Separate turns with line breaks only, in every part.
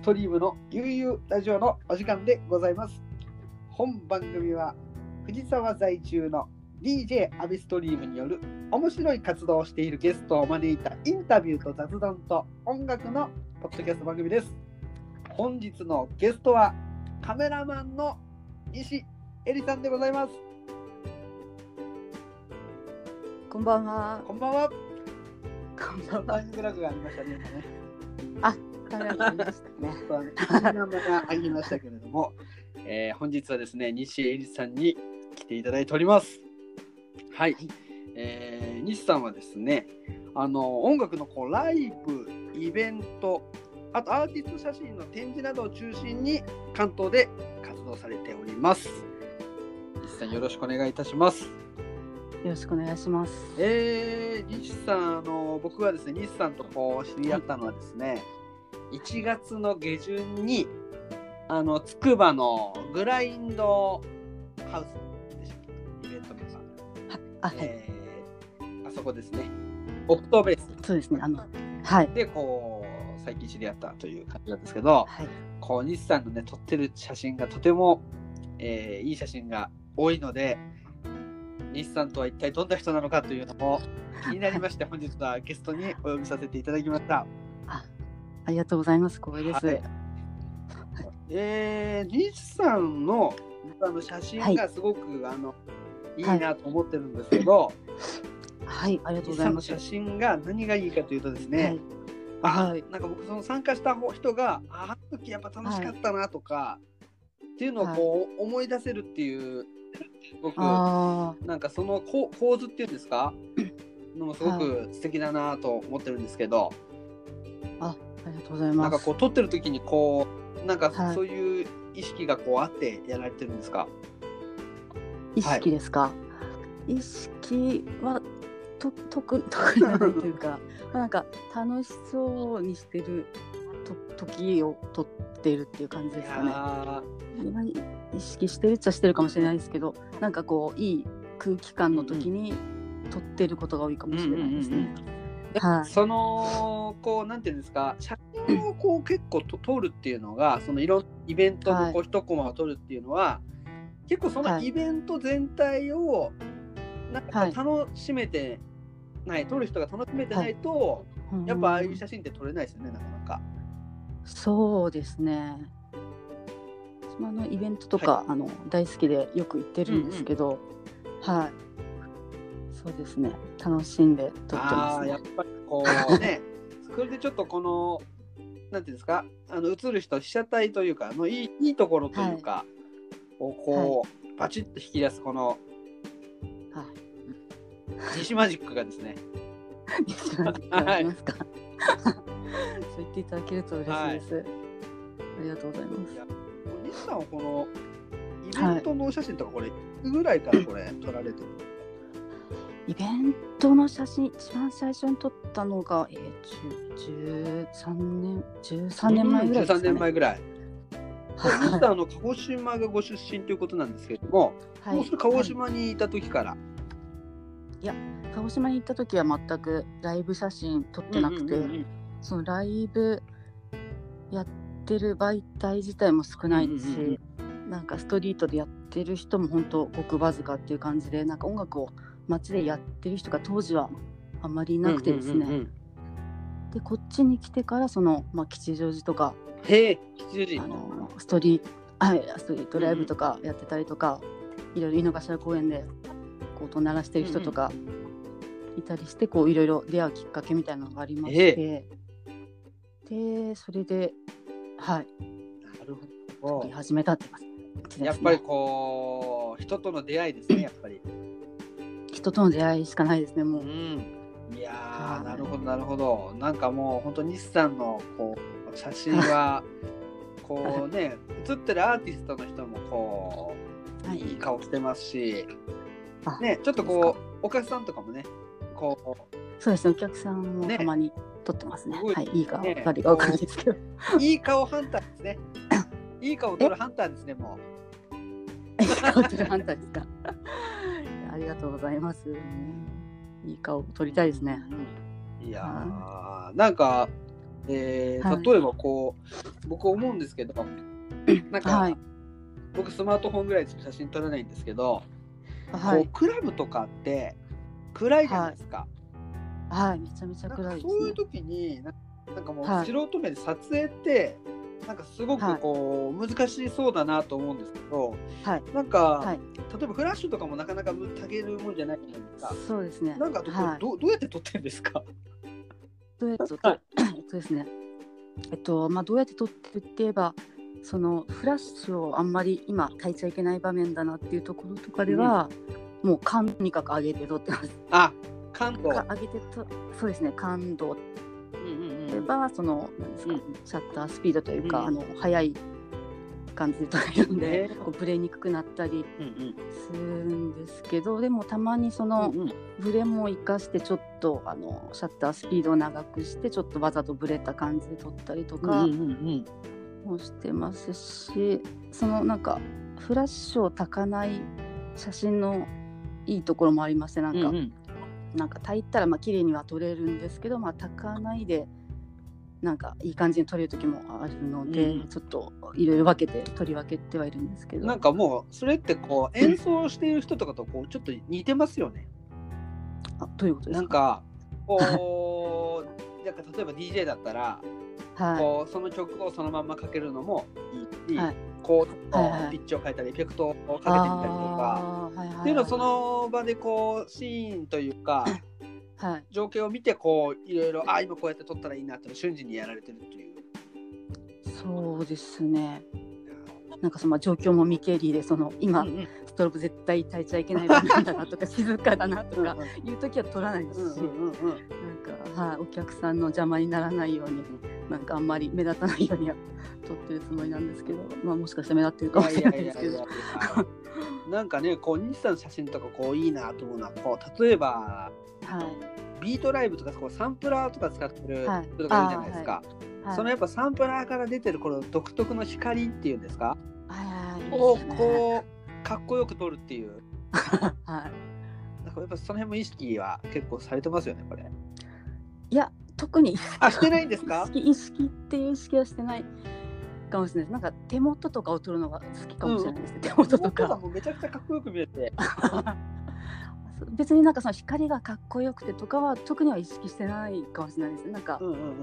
トリームの悠々ラジオのお時間でございます。本番組は藤沢在住の DJ アビストリームによる面白い活動をしているゲストを招いたインタビューと雑談と音楽のポッドキャスト番組です。本日のゲストはカメラマンの西えりさんでございます。
こんばんは。
こんばんは。
こんばんは。
タイムラグがありましたね。
あ、タイムラグありましたね。
カメラマンがありましたけれども、本日はですね、西えりさんに来ていただいております。はい。西さんはですね、音楽のライブ、イベント、あとアーティスト写真の展示などを中心に関東で活動されております。西さんよろしくお願いいたします。
よろしくお願いします。
西さん、僕はですね、西さんと知り合ったのはですね、1月の下旬につくばのグラインドハウスでしたっけ、イベントが、
はい、
あそこですね、オクトーベース。
そうですね、はい。
で最近知り合ったという感じなんですけど、
はい、
西さんのね撮ってる写真がとても、いい写真が多いので、西さんとは一体どんな人なのかというのも気になりまして、本日はゲストにお呼びさせていただきました。
ありがとうございます。光栄です。はい、
西さんの写真がすごく、いいなと思ってるんですけど、
はい、ありがとうございます。
西さんの写真が何がいいかというとですね、なんか僕その参加した人があの時やっぱ楽しかったなとか、っていうのを思い出せるっていう、僕なんかその構図っていうんですかのもすごく素敵だなと思ってるんですけど、
ありがとうございます。
なんか撮ってる時になんかそういう意識があってやられてるんですか？
意識ですか？意識は特にないというかなんか楽しそうにしてる時を撮ってるっていう感じですかね。意識してるっちゃしてるかもしれないですけど、なんかいい空気感の時に撮ってることが多いかもしれないですね。
そのなんていうんですか、写真を結構撮るっていうのが、そのいろんなイベントの一コマを撮るっていうのは、結構そのイベント全体をなんか楽しめてない、撮る人が楽しめてないと、やっぱああいう写真って撮れないですよね、なかなか。
そうですね。イベントとか、大好きでよく行ってるんですけど、そうですね、楽しんで撮ってますね。
やっぱりねそれでちょっとなんていうんですか、映る人被写体というかいいところというか、バチッと引き出す西マジックがですね
西マジックがありますか？そう言っていただけると嬉しいです。ありがとうございます。
西さんはイベントの写真とかいつぐらいから撮られてる？
イベントの写真、一番最初に撮ったのが、13年前ぐらいですかね。13年前ぐらい。西さん鹿児島がご出身ということなんですけれども、もうそれ鹿児島にいた時から？いや、鹿児島に行った時は全くライブ写真撮ってなくて、そのライブやってる媒体自体も少ないですし、なんかストリートでやってる人も本当ごくわずかっていう感じで、なんか音楽を街でやってる人が当時はあんまりいなくてですね、でこっちに来てから吉祥寺とかストリートライブとかやってたりとか、いろいろ井の頭公園で音鳴らしてる人とかいたりして、いろいろ出会うきっかけみたいなのがありまして、でそれでなるほど、撮り始めたって感じですね。やっぱり人との出会いですね。やっぱり人との出会いしかないですね、もう。いやなるほどなるほど。なんかもう本当に西さんの写真はね、写ってるアーティストの人もいい顔してますし、ね、ちょっとお客さんとかもね、そうですね、お客さんもたまに撮ってますね。いい顔、誰がわかんないですけど、いい顔ハンターですね。いい顔を撮るハンターですね、もう。いい顔を撮るハンターですか？ありがとうございます。いい顔を撮りたいですね。いやなんか
例えばこう僕思うんですけど、なんか、僕スマートフォンぐらいしか写真撮らないんですけど、こうクラブとかって暗いじゃないですか。
めちゃめちゃ暗いですね。
そういう時になんかもう素人目で撮影ってなんかすごくこう難しそうだなと思うんですけど、なんか、例えばフラッシュとかもなかなかたげるもんじゃないじゃないですか。
そうですね。
なんかどうやって撮ってるんですか？
どうやって撮ってですね。どうやって撮ってるって言えば、そのフラッシュをあんまり今焚いちゃいけない場面だなっていうところとかでは、もう感とにかく上げて撮ってます。
感度上
げてそうですね、感度例えばその何ですか、シャッタースピードというか、速い感じで撮れるんで、こうブレにくくなったりするんですけど、でもたまにそのブレも生かしてちょっとシャッタースピードを長くしてちょっとわざとブレた感じで撮ったりとかもしてますし、そのなんかフラッシュを焚かない写真のいいところもありまして、なんか焚いたら綺麗には撮れるんですけど、焚かないでなんかいい感じに撮れる時もあるので、ちょっといろいろ分けて取り分けてはいるんですけど、
なんかもうそれってこう演奏している人とかとこうちょっと似てますよね。
どういうことですか？
なんかこうなんか例えば DJ だったら、こうその曲をそのまんまかけるのもいいし、こうピッチを変えたりエフェクトをかけてみたりとかっていうのをその場でこうシーンというか情景を見てこういろいろ今こうやって撮ったらいいなって瞬時にやられてるっていう。
そうですね。なんかその状況も見切りで、その今ストロボ絶対焚いちゃいけない場面だなとか静かだなとかいう時は撮らないですし、なんかお客さんの邪魔にならないように、なんかあんまり目立たないようには撮ってるつもりなんですけど、もしかしたら目立ってるかもしれないですけど、
なんかね、こう西さんの写真とかこういいなと思うのは、こう例えば、ビートライブとかこうサンプラーとか使ってる人とかいるじゃないですか。そのやっぱサンプラーから出てるこの独特の光っていうんですか、こうかっこよく撮るっていうなんかやっぱその辺も意識は結構されてますよね、これ。
いや特に
してないんですか？
意識っていう意識はしてないかもしれないです。なんか手元とかを撮るのが好きかもしれないですね。手元とか
もめちゃくちゃかっこよく見えて
別になんかその光がかっこよくてとかは特には意識してないかもしれないですね。なんか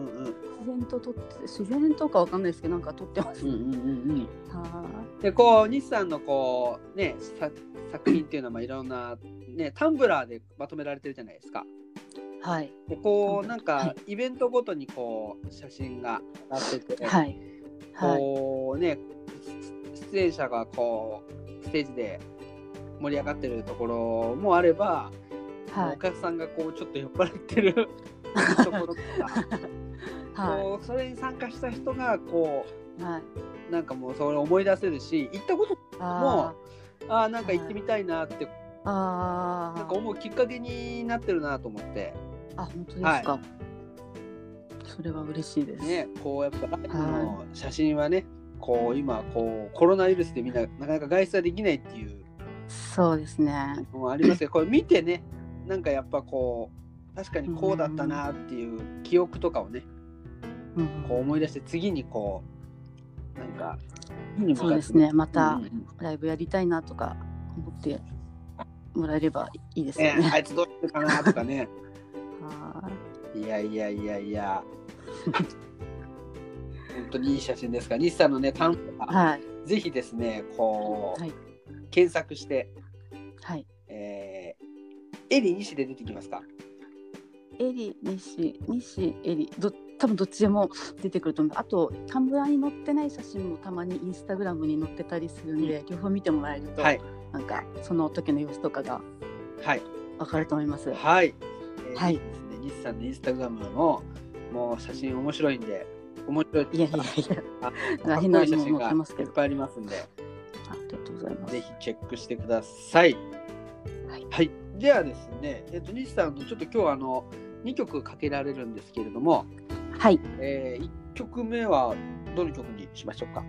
自然とかわかんないですけど、なんか撮ってます。
でこう西さんのこうね作品っていうのはいろんなねタンブラーでまとめられてるじゃないですか。でこうなんかイベントごとにこう写真が上がってて、こうね出演者がこうステージで盛り上がってるところもあれば、お客さんがこうちょっと酔っ払ってるところとか、こうそれに参加した人がこう、なんかもうそれを思い出せるし、行ったこともなんか行ってみたいなってなんか思うきっかけになってるなと思って。
本当ですか？それは嬉しいです
ね。こうやっぱライブの写真はね、こう今こうコロナウイルスでみんななかなか外出はできないっていう
そうですね
もありますけど、これ見てね、なんかやっぱこう確かにこうだったなっていう記憶とかをね、こう思い出して次にこうなんか
そうですね、またライブやりたいなとか思ってもらえればいいですよね。
あいつどうしてるかなとかねいや本当にいい写真ですから、西さんのね短歌、ぜひですねこう、検索して、エリ西で出てきますか？
エリ西エリ多分どっちでも出てくると思う。あとタンブラーに載ってない写真もたまにインスタグラムに載ってたりするんで、両方見てもらえると、なんかその時の様子とかが分かると思います。
ですね、西さんのインスタグラムのもう写真面白いんで、面白い
変な写真がい
っぱいありますんで、
ありがとうございます。
ぜひチェックしてください。ではですね、西さんのちょっと今日2曲かけられるんですけれども、1曲目はどの曲にしましょうか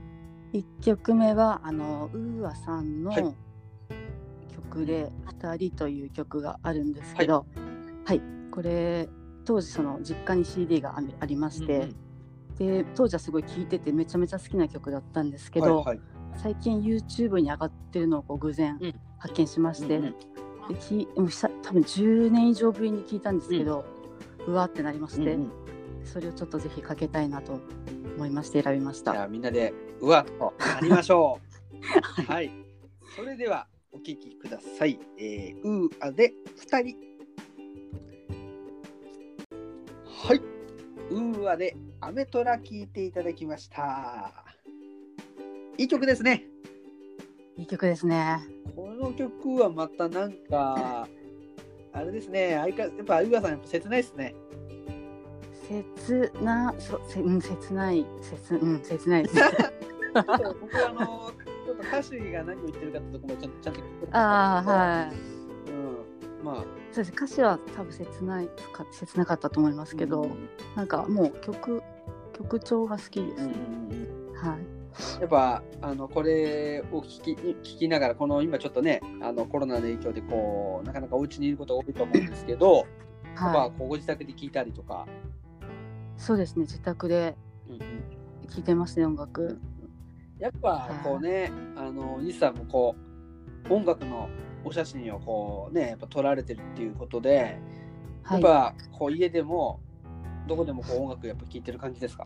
？1曲目はウーアさんの曲で2人という曲があるんですけど、これ当時その実家に CD がありまして、で当時はすごい聴いててめちゃめちゃ好きな曲だったんですけど、最近 YouTube に上がってるのをこう偶然発見しまして、で多分10年以上ぶりに聴いたんですけど、うわってなりまして、それをちょっとぜひかけたいなと思いまして選びました。
じゃあみんなでうわっとなりましょう。はい、それではお聴きください。うあで2人。はい、うあでアメトラ聴いていただきました。いい曲ですね。
いい曲ですね。
この曲はまたなんかあれですね。やっぱうあさんやっぱ切ないですね。
切ないですね。
僕ちょっと歌詞が何を言ってるかってところもちゃんと聞いてる。
はい。
まあ
そうです。歌詞は多分切なかったと思いますけど、なんかもう曲調が好きですね。はい。
やっぱこれを聞きながら今ちょっとねコロナの影響でこうなかなかお家にいることが多いと思うんですけど、やっぱこうご自宅で聴いたりとか。
そうですね、自宅で聴いてますね、音楽。
やっぱこうね、西さんもこう音楽のお写真をこうねやっぱ撮られてるっていうことで、やっぱこう家でもどこでもこう音楽やっぱ聴いてる感じですか？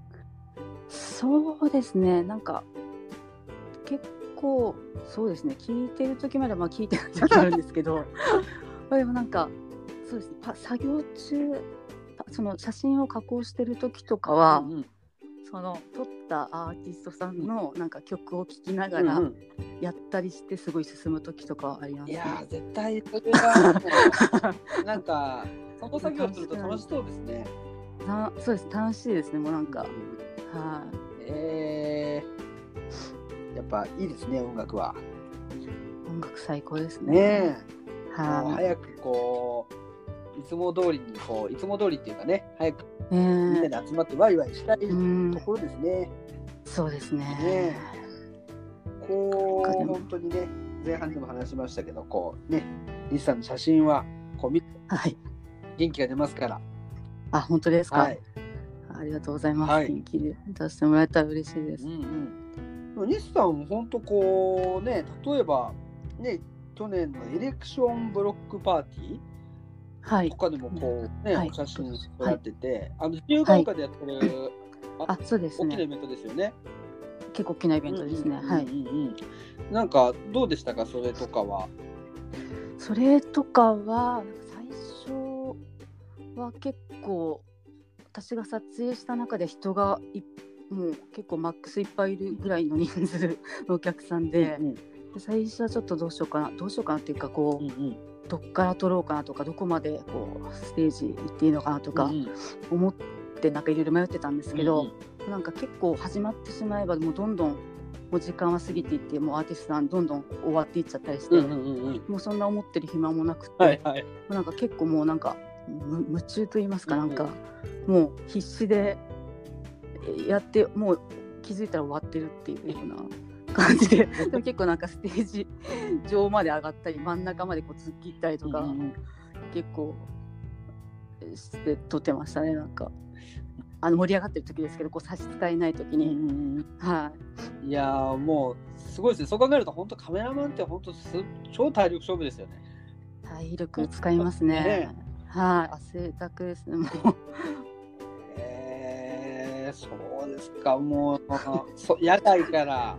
そうですね、なんか結構そうですね、聴いてる時まで聴いてない時あるんですけどでもなんかそうですね、作業中その写真を加工してる時とかは、その撮ったアーティストさんのなんか曲を聴きながらやったりしてすごい進む時とかはあります、ね。
いや絶対それはなんかその作業すると楽しそうですね。
そうです、楽しいですね。もうなんか、
やっぱいいですね、音楽は。
音楽最高ですね。
早くこういつも通りっていうかね、早くみんなで集まってワイワイしたいところですね。
そうですね。
こう本当にね、前半でも話しましたけど、こうね、西さんの写真はこう見て、元気が出ますから。
あ、本当ですか。ありがとうございます。元気で出してもらえたら嬉しいです。
西さん本当こうね、例えばね、去年のエレクションブロックパーティーとかでもこうね、お写真をやってて、自由が丘でやってる、
そうですね、
大きなイベントですよね。
結構大きなイベントですね。
なんかどうでしたか、それとかは。
それとかは最初は結構私が撮影した中で人がもう結構マックスいっぱいいるぐらいの人数のお客さんで、最初はちょっとどうしようかなっていうかこう、どっから撮ろうかなとか、どこまでこうステージ行っていいのかなとか思ってなんかいろいろ迷ってたんですけど、なんか結構始まってしまえばもうどんどんもう時間は過ぎていって、もうアーティストさんどんどん終わっていっちゃったりして、もうそんな思ってる暇もなくて、なんか結構もうなんか夢中と言いますか、なんかもう必死でやって、もう気づいたら終わってるっていうような感じででも結構なんかステージ上まで上がったり真ん中までこう突っ切ったりとか、結構して撮ってましたね。なんか盛り上がってる時ですけど、こう差し支えない時に、
いやもうすごいですね。そう考えると本当カメラマンって本当超体力勝負ですよね。
体力使いますね。汗だくですね、もう。
そうですか。もう野外から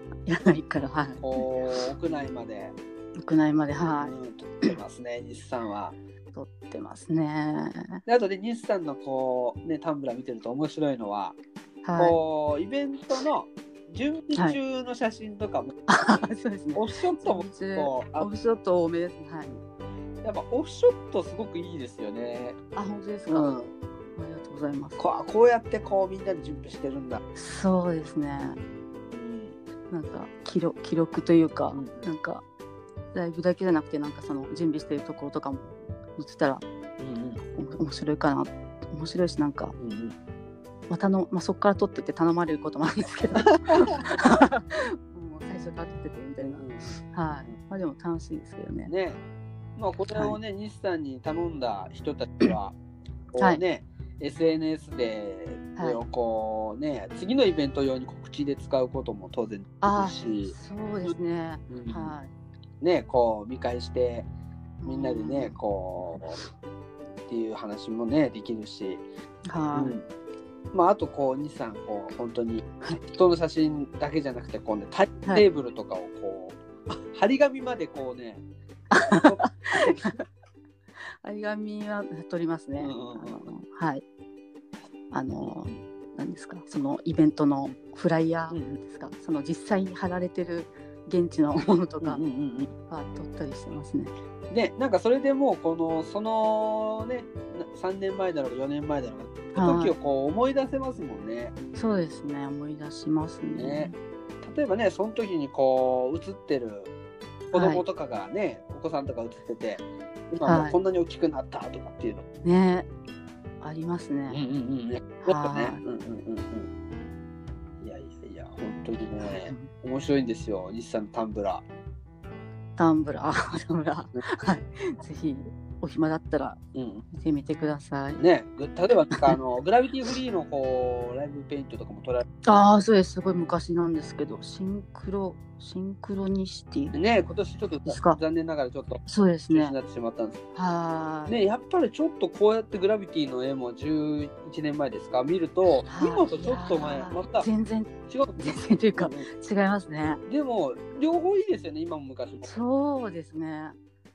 こう屋内まで撮ってますね、西さんは。
撮ってますね。
であとで西さんのこうねタンブラー見てると面白いのは、こうイベントの準備中の写真とかも、
そうですね、
オフショットも
オフショット多めですね。
やっぱオフショットすごくいいですよね。
本当ですか。ありがとうございます。
こうやってこうみんなで準備してるんだ。
そうですね。なんか記録というか、なんかライブだけじゃなくて、なんかその準備してるところとかも見てたら、面白いかな。面白いし、なんか、そこから撮ってて頼まれることもあるんですけどもう最初から撮っててみたいな。でも楽しいですけどね。
これをね、西さんに頼んだ人たちはこうね、SNS でこうね、次のイベント用に告知で使うことも当然できるし、
そうですね、
ね、こう見返してみんなでね、こうっていう話もねできるし、まああとこう日産こう本当に人の写真だけじゃなくてこうねテーブルとかをこう張り紙までこうね
張り紙は撮りますね。何ですか、そのイベントのフライヤーですか、その実際に貼られてる現地のものとかは撮ったりしてますね。
でなんかそれでもうそのね3年前だろう4年前だろう時をこう思い出せますもんね。
そうですね、思い出しますね。
例えばねその時にこう写ってる子供とかがね、お子さんとか写ってて今もうこんなに大きくなったとかっていうの
ねありますね。
いや本当にね面白いんですよ、日産のタンブラーぜひお暇だったら見てみてください。 ね、例えばなんかグラビティフリーのこうライブペイントとかも撮られて、
そうです。すごい昔なんですけど、シンクロニシティ
ね、今年ちょっと残念ながらちょっと
そうですね
中止になってしまったんですね。やっぱりちょっとこうやってグラビティの絵も11年前ですか見ると、今とちょっと前また
全然違うというか、違いますね。
でも両方いいですよね、今も昔も。
そうですね。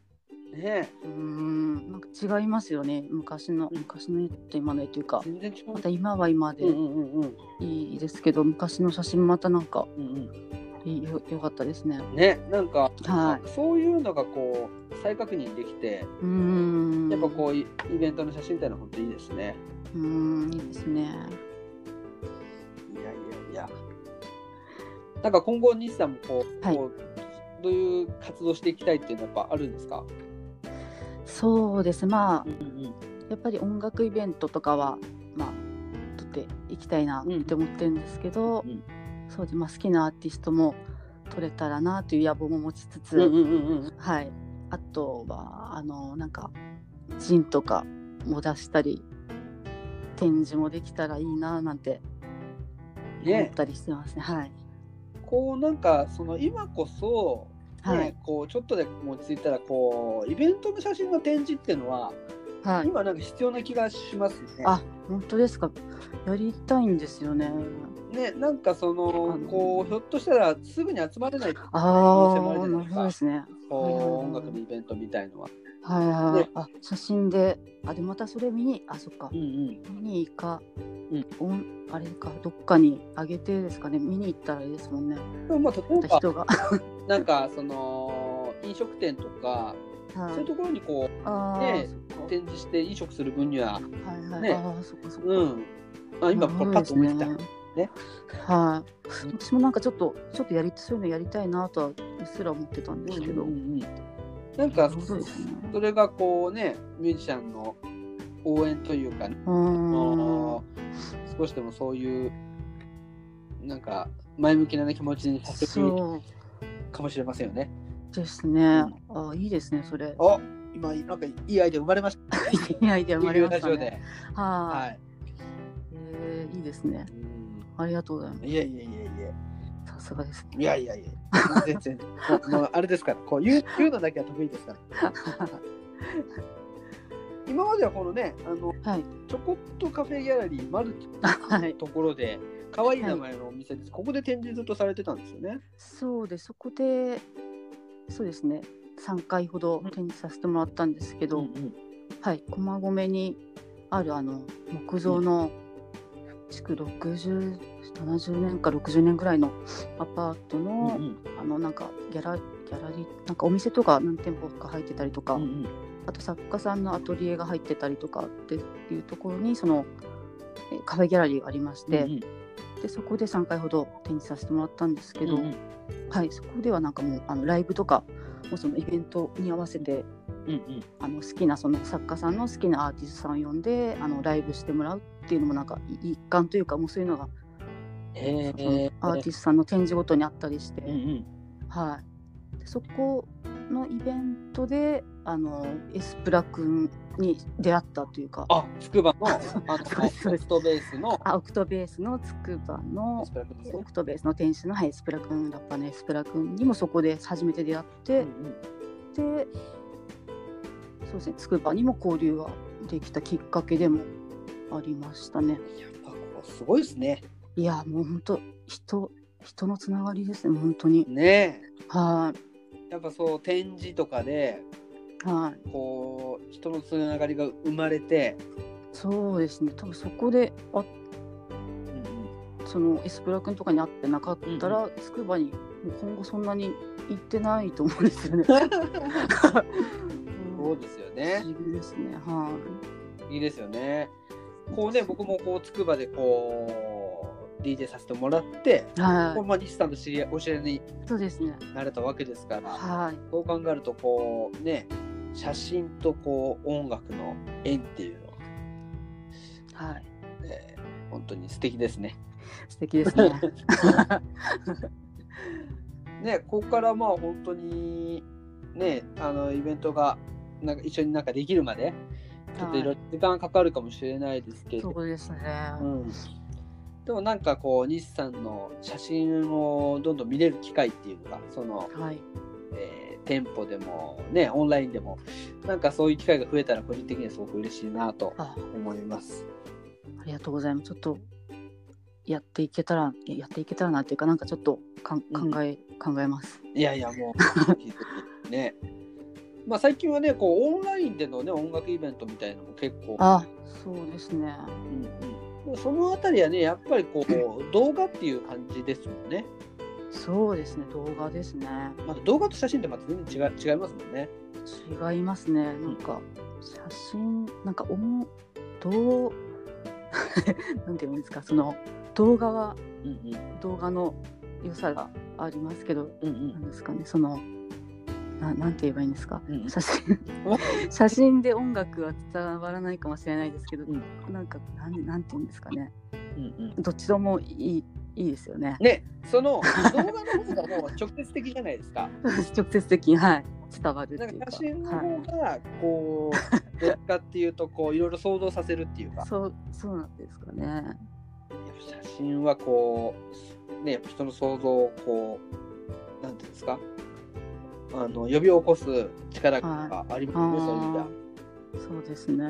なんか違いますよね、昔の絵と今の絵というか、
全然違う。
また今は今でいいですけど、昔の写真またなんかよかったですね。
なんか、そういうのがこう再確認できて、やっぱこうイベントの写真ってのは本当にいいですね。
いいですね。
いやなんか今後日産もこうどういう活動していきたいっていうのはやっぱあるんですか？
そうですね、やっぱり音楽イベントとかは撮っていきたいなって思ってるんですけど、そうで好きなアーティストも撮れたらなという野望も持ちつつ、あとはなんかジンとかも出したり展示もできたらいいななんて思ったりしてますね。
こうなんかその今こそこうちょっとでも落ち着いたらこうイベントの写真の展示っていうのは、今なんか必要な気がしますね。
本当ですか？やりたいんですよね。
なんかそのこうひょっとしたらすぐに集まれない可能性もあるじゃないですか。
そうですね。
音楽のイベントみたいのは。
写真ででまたそれ見に見に行か、あれかどっかにあげてですかね、見に行ったらいいですもんね。
例えば
人が
なんかその飲食店とか、そういうところにこう展示して飲食する分には今これパッと思いついたね。
私もなんかちょっとそういうのやりたいなとはうっすら思ってたんですけど、
なんかそれがこうねミュージシャンの応援というか、少しでもそういうなんか前向きな気持ちにさせるかもしれませんよね。
ですね。いいですねそれ。
今なんかいいアイデア生まれました。
いいアイデア生まれましたね。いいですね。ありがとうございます。
いえ。
さすがですね。
いや。全然あれですから、こう言うのだけは得意ですから。今まではこのねちょこっとカフェギャラリーマルチのところで可愛い名前のお店です。ここで展示ずっとされてたんですよね。
そうです。そこでそうですね。3回ほど展示させてもらったんですけど、駒込にある木造の築60、70年か60年ぐらいのアパートの、なんかギャラリーなんかお店とか何店舗か入ってたりとか、あと作家さんのアトリエが入ってたりとかっていうところにそのカフェギャラリーがありまして、でそこで3回ほど展示させてもらったんですけど、そこではなんかもうライブとかもそのイベントに合わせて、好きなその作家さんの好きなアーティストさんを呼んでライブしてもらうっていうのもなんか一環というか、もうそういうのがアーティストさんの展示ごとにあったりして、でそこのイベントでエスプラ君に出会ったというか、
つくばの
そうです
オクトベースの
オクトベースのつくばの
エスプラ君ですね。
オクトベースの店主の、エスプラ君、ラッパーのエスプラ君にもそこで初めて出会って、でそうですね、つくばにも交流ができたきっかけでもありましたね。
やっぱこうすごいですね。
いやもう本当人のつながりですね、本当に。
ね
はい
やっぱそう展示とかでこう人のつながりが生まれて、
そうですね、多分そこでそのエスプラ君とかに会ってなかったら、つくばにもう今後そんなに行ってないと思うんですよね。
そうですよね。
不思議ですね。
いいですよね。こうね、僕もこうつくばでこう DJ させてもらって、西さんとお知り合いになれたわけですから、そう考えるとこうね、写真とこう音楽の縁っていうのは、本当に素敵ですね。
素敵ですね。
ね、ここからまあ本当にね、イベントがなんか一緒になんかできるまでちょっといろいろ時間かかるかもしれないですけど、
そうですね。
でもなんかこう西さんの写真をどんどん見れる機会っていうのがその、店舗でもねオンラインでもなんかそういう機会が増えたら個人的にはすごく嬉しいなと思います。
ありがとうございます。ちょっとやっていけたらなっていうか、なんかちょっと考えます。
いやもうね。まあ最近はねこうオンラインでのね音楽イベントみたいなのも結構
そうですね。
そのあたりはねやっぱりこう動画っていう感じですもんね。
そうですね、動画ですね。
また動画と写真ってまた全然違いますもんね。
違いますね。なんか写真なんかなんていうんですか、その動画は、動画の良さがありますけど、なんですかね、そのなんて言えばいいんですか、写真で音楽は伝わらないかもしれないですけど、なんかなんて言うんですかね、どっちともいいですよね。
ね、その動画の方がもう直接的じゃないですか。
直接的に伝わるっていうか。
写真の方がこうどっかっていうとこういろいろ想像させるっていうか。
そうなんですかね。
写真はこうねやっぱ人の想像をこうなんていうんですか。呼び起こす力がありますね、そういう意味では。
そうですね。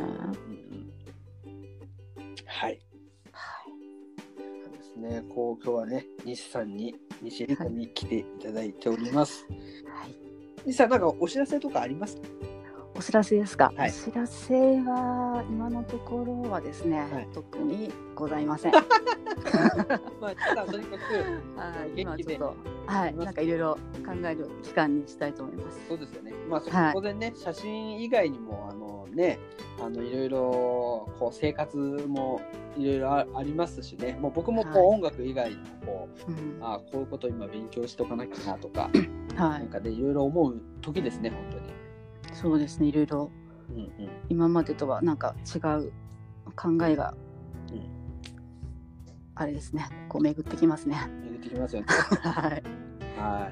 はい。そうですね。こう今日はね、西エリさんに来ていただいております。西さんなんかお知らせとかありますか？
お知らせですか？お知らせは今のところはですね、特にございません。
まあただとにかく
今ちょっとなんかいろいろ考える期間にしたいと思います。
そうですよね。まあ当然ね、写真以外にもいろいろこう生活もいろいろありますしね。もう僕もこう音楽以外にもこういうことを今勉強しておかなきゃなとか、なんかねいろいろ思う時ですね、本当に。
そうですね、いろいろ今までとはなんか違う考えが、あれですね、こう巡ってきますね。
巡ってきますよね。
はい。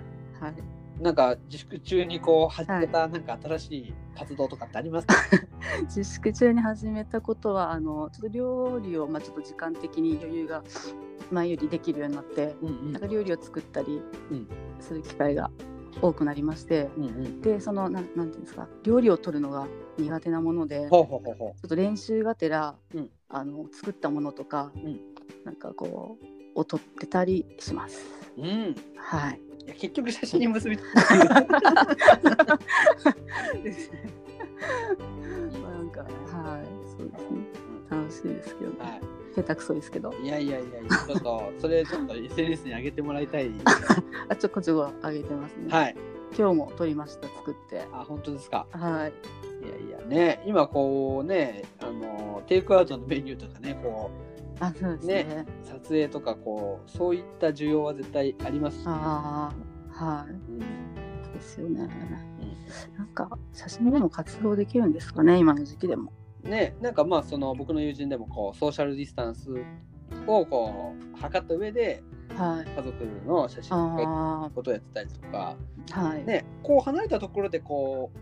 なんか自粛中にこう始めたなんか新しい活動とかってありますか？
自粛中に始めたことはちょっと料理をちょっと時間的に余裕が前よりできるようになって、なんか料理を作ったりする機会が多くなりまして、でそのなんていうんですか、料理を取るのが苦手なもので、ちょっと練習がてら、作ったものとか、なんかこうを撮ってたりします。はい。
いや結局写真に結びつく
ですね。なんかそうですね。楽しいですけど、下手くそですけど。
いやちょっとそれちょっと SNS に上げてもらいたい。
ちょこちょこ上げてますね。今日も撮りました、作って。
本当ですか。
い
やね、今こうねテイクアウトのメニューとかねこう。
そうですね。
撮影とかこうそういった需要は絶対ありますし、
ですよね。なんか写真でも活動できるんですかね、今の時期でも。
ね、なんかまあその僕の友人でもこうソーシャルディスタンスをこう測った上で、家族の写真を撮ることをやってたりとか、ね、こう離れたところでこう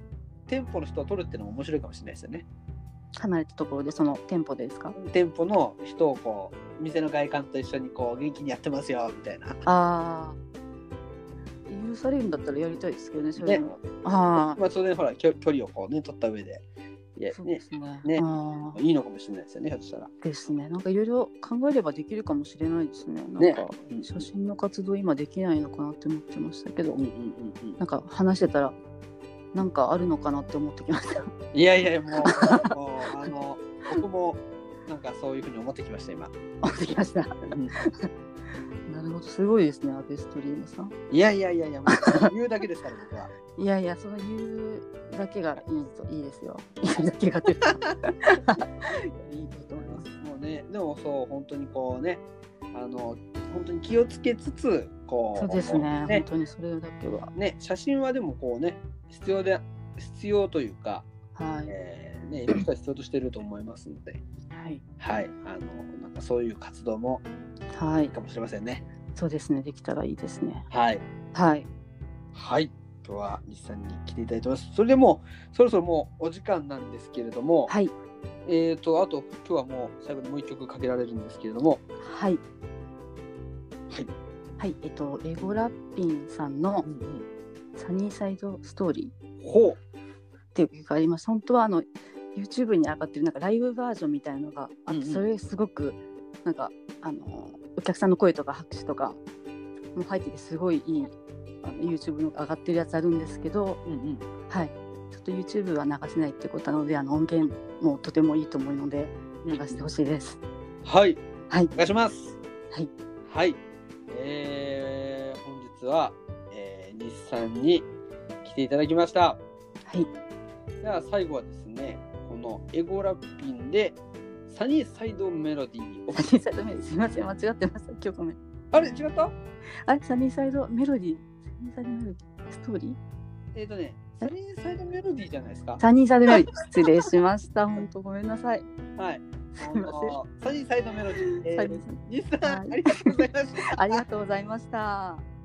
店舗の人を撮るっていうのも面白いかもしれないですよね。
離れたところでその店舗でですか？
店舗の人をこう店の外観と一緒にこう元気にやってますよみたいな。
ああ、許されるんだったらやりたいですけどね、そういうの。ああ、
まあそれでほら距離をこうね取った上で、いや
そうですね。
ね
あ
いいのかもしれないですよね、ひょっとしたら。
ですね。なんかいろいろ考えればできるかもしれないですね。なんか写真の活動今できないのかなって思ってましたけど、なんか話してたらなんかあるのかなって思ってきました。
いやいやもう僕もなんかそういうふうに思ってきました今。
思ってきました。なるほど、すごいですね、アベストリームさん。
いやもう言うだけですから僕は。
いやいや、その言うだけがいいですよ。言うだけがというかいいと思います。
もうね、でもそう本当にこうね、本当に気をつけつつこう。
そうですね。本当にそれだけは。
ね、写真はでもこうね必要というか、
はい。
いろんな人は必要としていると思いますので、
はい。
なんかそういう活動もいいかもしれませんね。
そうですね。できたらいいですね。
はい。
はい。
はい。今日は西さんに来ていただいてます。それでもそろそろもうお時間なんですけれども、
はい。
あと今日はもう最後にもう一曲かけられるんですけれども、
はい。
はい。
はい。エゴラッピンさんのサニーサイドストーリーっていう曲があります。本当はYouTube に上がってるなんかライブバージョンみたいなのがあって、それすごくなんかお客さんの声とか拍手とかも入っててすごいいいYouTube の上がってるやつあるんですけど、はい。ちょっと YouTube は流せないってことなので音源もとてもいいと思うので流してほしいです。
はい。
はい。
お願いします。
はい。
はい。本日は、西さんに来ていただきました。
はい。
では最後はですね、このエゴラッピンでサニーサイドメロディー。
サニーサイドメロディー、すみません、間違ってました。今日ごめん。
あれ違った？
あれサニーサイドメロディー、サニーサイドメロディー、ストーリー？
サニーサイドメロディーじゃないですか。
サニーサイドメロディー、失礼しました。本当ごめんなさい。
はい。
すみません。
サニーサイドメロディー。
西さん、
ありがとうございました。
ありがとうございました。